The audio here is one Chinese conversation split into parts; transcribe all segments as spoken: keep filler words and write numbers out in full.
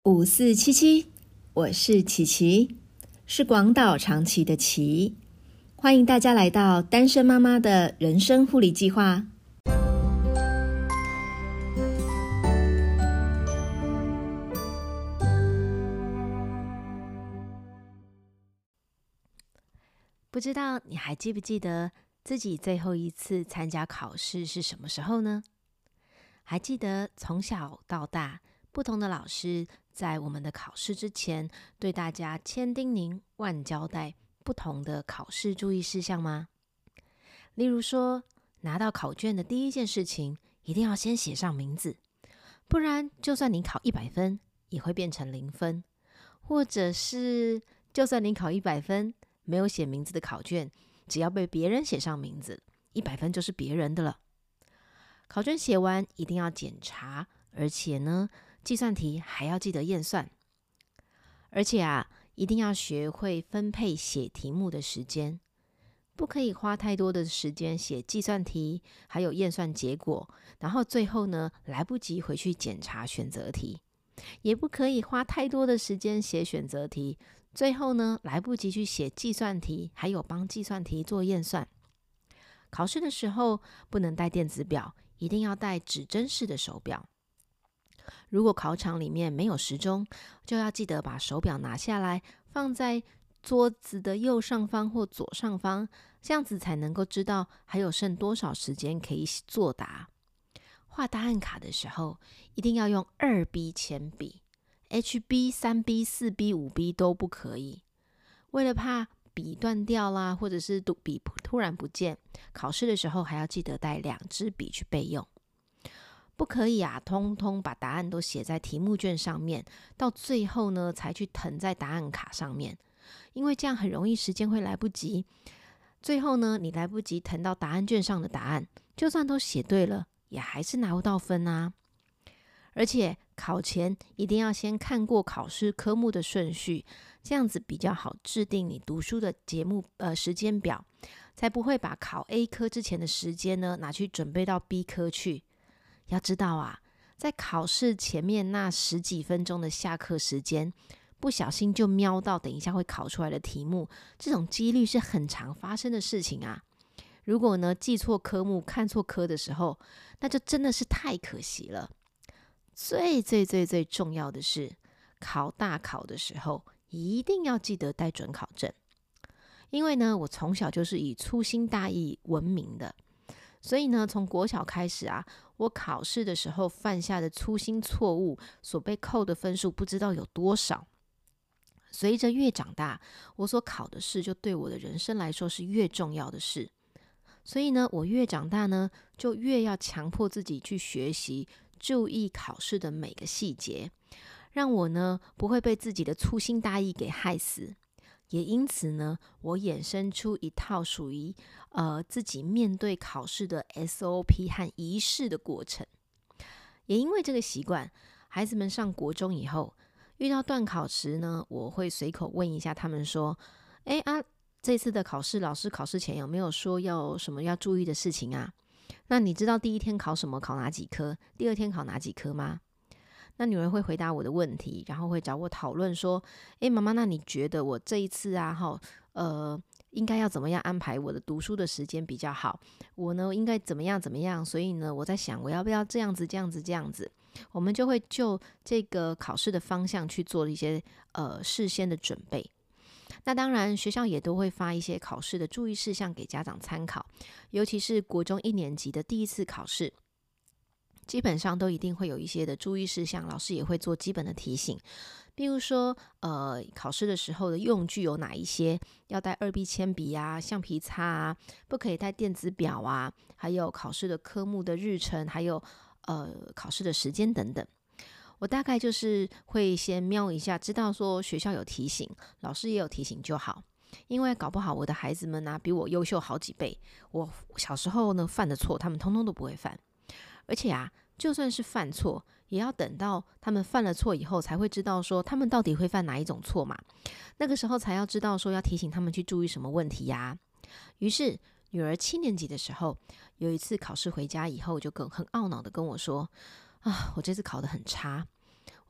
五四七七，我是琪琪，是广岛长崎的琪，欢迎大家来到单身妈妈的人生护理计划。不知道你还记不记得自己最后一次参加考试是什么时候呢？还记得从小到大，不同的老师在我们的考试之前，对大家千叮咛万交代不同的考试注意事项吗？例如说，拿到考卷的第一件事情，一定要先写上名字，不然就算你考一百分，也会变成零分。或者是，就算你考一百分，没有写名字的考卷，只要被别人写上名字，一百分就是别人的了。考卷写完一定要检查，而且呢，计算题还要记得验算。而且啊，一定要学会分配写题目的时间，不可以花太多的时间写计算题，还有验算结果，然后最后呢，来不及回去检查选择题。也不可以花太多的时间写选择题，最后呢，来不及去写计算题，还有帮计算题做验算。考试的时候不能带电子表，一定要带指针式的手表。如果考场里面没有时钟，就要记得把手表拿下来，放在桌子的右上方或左上方，这样子才能够知道还有剩多少时间可以作答。画答案卡的时候，一定要用二 B 铅笔 ，H B、三 B、四 B、五 B 都不可以。为了怕笔断掉啦，或者是笔突然不见，考试的时候还要记得带两支笔去备用。不可以啊，通通把答案都写在题目卷上面，到最后呢才去誊在答案卡上面，因为这样很容易时间会来不及。最后呢，你来不及誊到答案卷上的答案，就算都写对了，也还是拿不到分啊。而且考前一定要先看过考试科目的顺序，这样子比较好制定你读书的节目呃时间表，才不会把考 A 科之前的时间呢拿去准备到 B 科去。要知道啊，在考试前面那十几分钟的下课时间，不小心就瞄到等一下会考出来的题目，这种几率是很常发生的事情啊。如果呢记错科目、看错科的时候，那就真的是太可惜了。最最最最重要的是，考大考的时候一定要记得带准考证。因为呢，我从小就是以粗心大意闻名的，所以呢，从国小开始啊，我考试的时候犯下的粗心错误所被扣的分数不知道有多少。随着越长大，我所考的试就对我的人生来说是越重要的事。所以呢，我越长大呢，就越要强迫自己去学习，注意考试的每个细节，让我呢不会被自己的粗心大意给害死。也因此呢，我衍生出一套属于呃自己面对考试的 S O P 和仪式的过程。也因为这个习惯，孩子们上国中以后，遇到段考时呢，我会随口问一下他们说：“哎啊，这次的考试，老师考试前有没有说要什么要注意的事情啊？那你知道第一天考什么，考哪几科？第二天考哪几科吗？”那女儿会回答我的问题，然后会找我讨论说：“诶，妈妈，那你觉得我这一次啊，哈，呃，应该要怎么样安排我的读书的时间比较好？我呢，应该怎么样怎么样？所以呢，我在想，我要不要这样子、这样子、这样子？”我们就会就这个考试的方向去做一些呃事先的准备。那当然，学校也都会发一些考试的注意事项给家长参考，尤其是国中一年级的第一次考试。基本上都一定会有一些的注意事项，老师也会做基本的提醒，比如说呃，考试的时候的用具有哪一些，要带二 B 铅笔啊、橡皮擦啊，不可以带电子表啊，还有考试的科目的日程，还有呃考试的时间等等。我大概就是会先瞄一下，知道说学校有提醒，老师也有提醒就好。因为搞不好我的孩子们啊比我优秀好几倍，我小时候呢犯的错，他们通通都不会犯。而且啊，就算是犯错，也要等到他们犯了错以后，才会知道说他们到底会犯哪一种错嘛。那个时候才要知道说要提醒他们去注意什么问题呀。于是女儿七年级的时候，有一次考试回家以后，就跟很懊恼的跟我说：“啊，我这次考得很差。”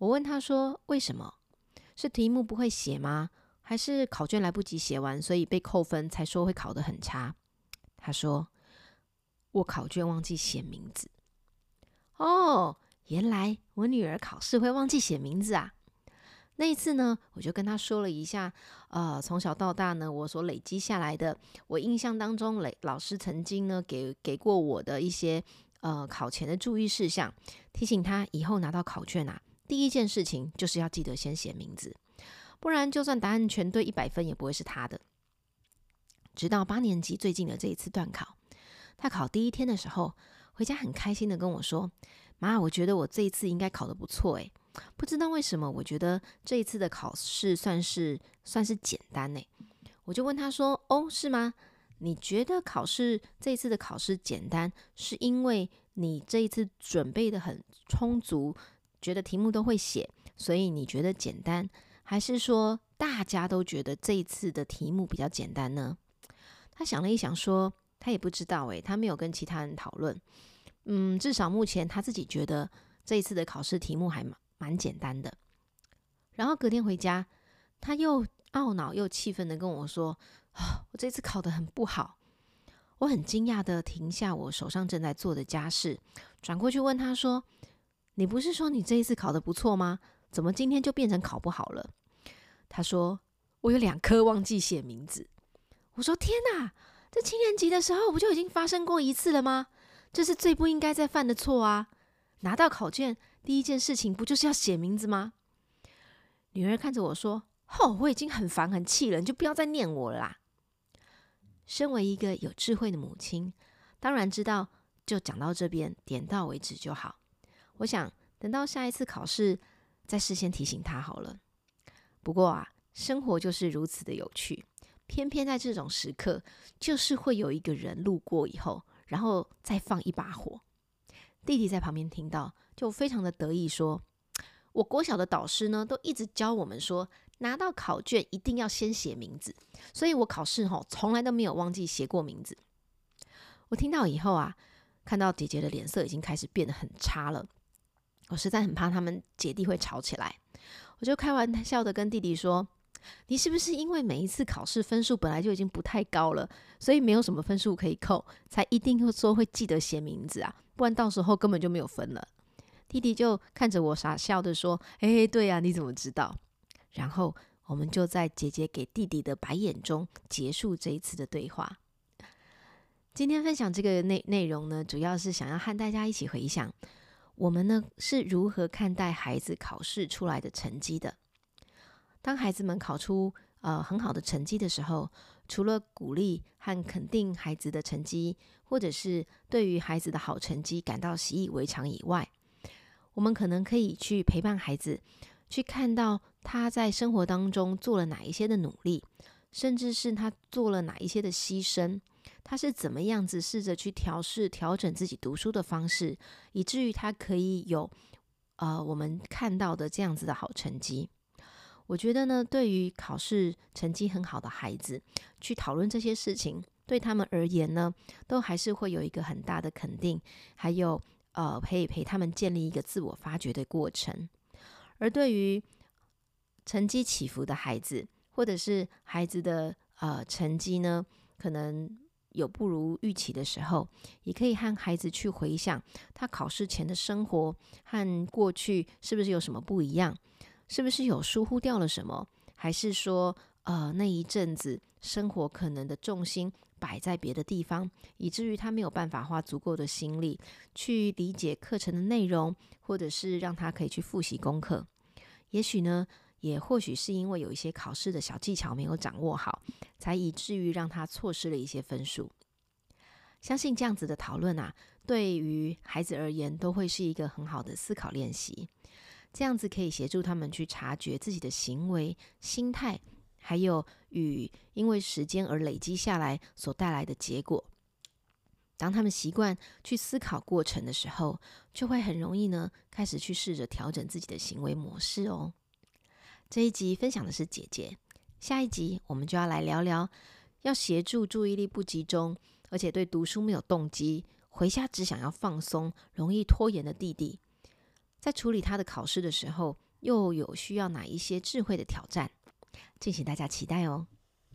我问他说为什么？是题目不会写吗？还是考卷来不及写完，所以被扣分才说会考得很差？他说我考卷忘记写名字。哦，原来我女儿考试会忘记写名字啊。那一次呢，我就跟他说了一下，呃，从小到大呢，我所累积下来的，我印象当中，累老师曾经呢给给过我的一些呃考前的注意事项，提醒他以后拿到考卷啊，第一件事情就是要记得先写名字，不然就算答案全对一百分，也不会是他的。直到八年级最近的这一次段考，他考第一天的时候，回家很开心的跟我说：“妈，我觉得我这一次应该考得不错诶。不知道为什么，我觉得这一次的考试算是算是简单诶。”我就问他说：“哦，是吗？你觉得考试这一次的考试简单，是因为你这一次准备的很充足，觉得题目都会写，所以你觉得简单，还是说大家都觉得这一次的题目比较简单呢？”他想了一想说，他也不知道诶，他没有跟其他人讨论。嗯，至少目前他自己觉得这一次的考试题目还蛮蛮简单的。然后隔天回家，他又懊恼又气愤的跟我说：“啊，我这次考得很不好。”我很惊讶的停下我手上正在做的家事，转过去问他说：“你不是说你这一次考得不错吗？怎么今天就变成考不好了？”他说：“我有两科忘记写名字。”我说：“天哪，这七年级的时候不就已经发生过一次了吗？这是最不应该再犯的错啊！拿到考卷第一件事情不就是要写名字吗？”女儿看着我说：“哦，我已经很烦很气了，你就不要再念我了啦。”身为一个有智慧的母亲，当然知道就讲到这边，点到为止就好。我想等到下一次考试再事先提醒他好了。不过啊，生活就是如此的有趣，偏偏在这种时刻，就是会有一个人路过以后，然后再放一把火。弟弟在旁边听到，就非常的得意说：“我国小的导师呢，都一直教我们说，拿到考卷一定要先写名字，所以我考试吼从来都没有忘记写过名字。”我听到以后啊，看到姐姐的脸色已经开始变得很差了，我实在很怕他们姐弟会吵起来，我就开玩笑的跟弟弟说：“你是不是因为每一次考试分数本来就已经不太高了，所以没有什么分数可以扣，才一定会说会记得写名字啊？不然到时候根本就没有分了。”弟弟就看着我傻笑的说：“哎，对啊，你怎么知道？”然后我们就在姐姐给弟弟的白眼中结束这一次的对话。今天分享这个内内容呢，主要是想要和大家一起回想，我们呢是如何看待孩子考试出来的成绩的。当孩子们考出呃很好的成绩的时候，除了鼓励和肯定孩子的成绩，或者是对于孩子的好成绩感到习以为常以外，我们可能可以去陪伴孩子，去看到他在生活当中做了哪一些的努力，甚至是他做了哪一些的牺牲，他是怎么样子试着去调试调整自己读书的方式，以至于他可以有呃我们看到的这样子的好成绩。我觉得呢，对于考试成绩很好的孩子，去讨论这些事情，对他们而言呢，都还是会有一个很大的肯定，还有呃，可以陪他们建立一个自我发掘的过程。而对于成绩起伏的孩子，或者是孩子的呃成绩呢，可能有不如预期的时候，也可以和孩子去回想他考试前的生活和过去是不是有什么不一样，是不是有疏忽掉了什么，还是说呃那一阵子生活可能的重心摆在别的地方，以至于他没有办法花足够的心力去理解课程的内容，或者是让他可以去复习功课。也许呢，也或许是因为有一些考试的小技巧没有掌握好，才以至于让他错失了一些分数。相信这样子的讨论啊，对于孩子而言都会是一个很好的思考练习。这样子可以协助他们去察觉自己的行为、心态，还有与因为时间而累积下来所带来的结果。当他们习惯去思考过程的时候，就会很容易呢，开始去试着调整自己的行为模式哦。这一集分享的是姐姐，下一集我们就要来聊聊，要协助注意力不集中，而且对读书没有动机，回家只想要放松，容易拖延的弟弟，在处理他的考试的时候， 又有需要哪一些智慧的挑战，敬请大家期待哦。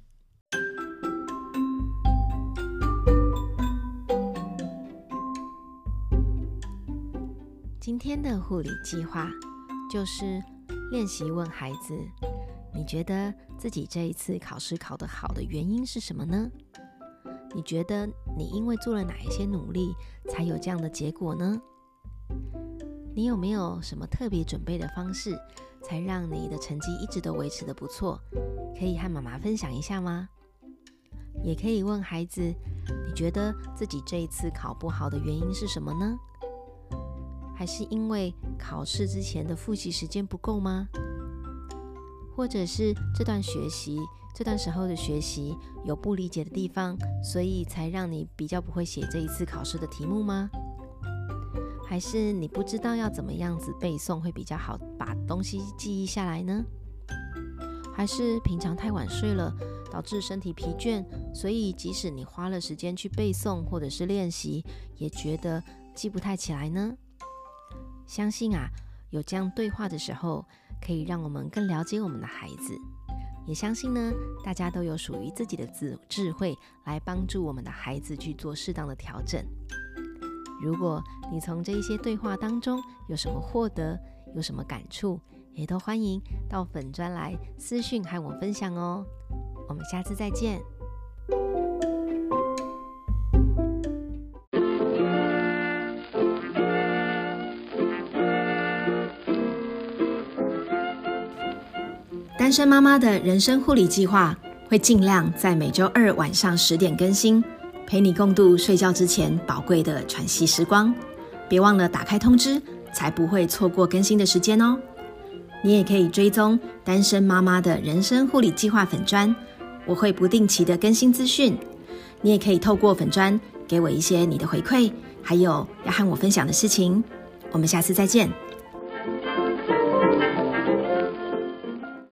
今天的护理计划就是练习问孩子，你觉得自己这一次考试考得好的原因是什么呢？你觉得你因为做了哪一些努力才有这样的结果呢？你有没有什么特别准备的方式，才让你的成绩一直都维持得不错？可以和妈妈分享一下吗？也可以问孩子，你觉得自己这一次考不好的原因是什么呢？还是因为考试之前的复习时间不够吗？或者是这段学习这段时候的学习有不理解的地方，所以才让你比较不会写这一次考试的题目吗？还是你不知道要怎么样子背诵会比较好把东西记忆下来呢？还是平常太晚睡了，导致身体疲倦，所以即使你花了时间去背诵或者是练习，也觉得记不太起来呢？相信啊，有这样对话的时候，可以让我们更了解我们的孩子。也相信呢，大家都有属于自己的智慧来帮助我们的孩子去做适当的调整。如果你从这一些对话当中有什么获得，有什么感触，也都欢迎到粉专来私讯和我分享哦。我们下次再见。单身妈妈的人生护理计划会尽量在每周二晚上十点更新，陪你共度睡觉之前宝贵的喘息时光。别忘了打开通知，才不会错过更新的时间哦。你也可以追踪单身妈妈的人生护理计划粉专，我会不定期的更新资讯。你也可以透过粉专给我一些你的回馈，还有要和我分享的事情。我们下次再见。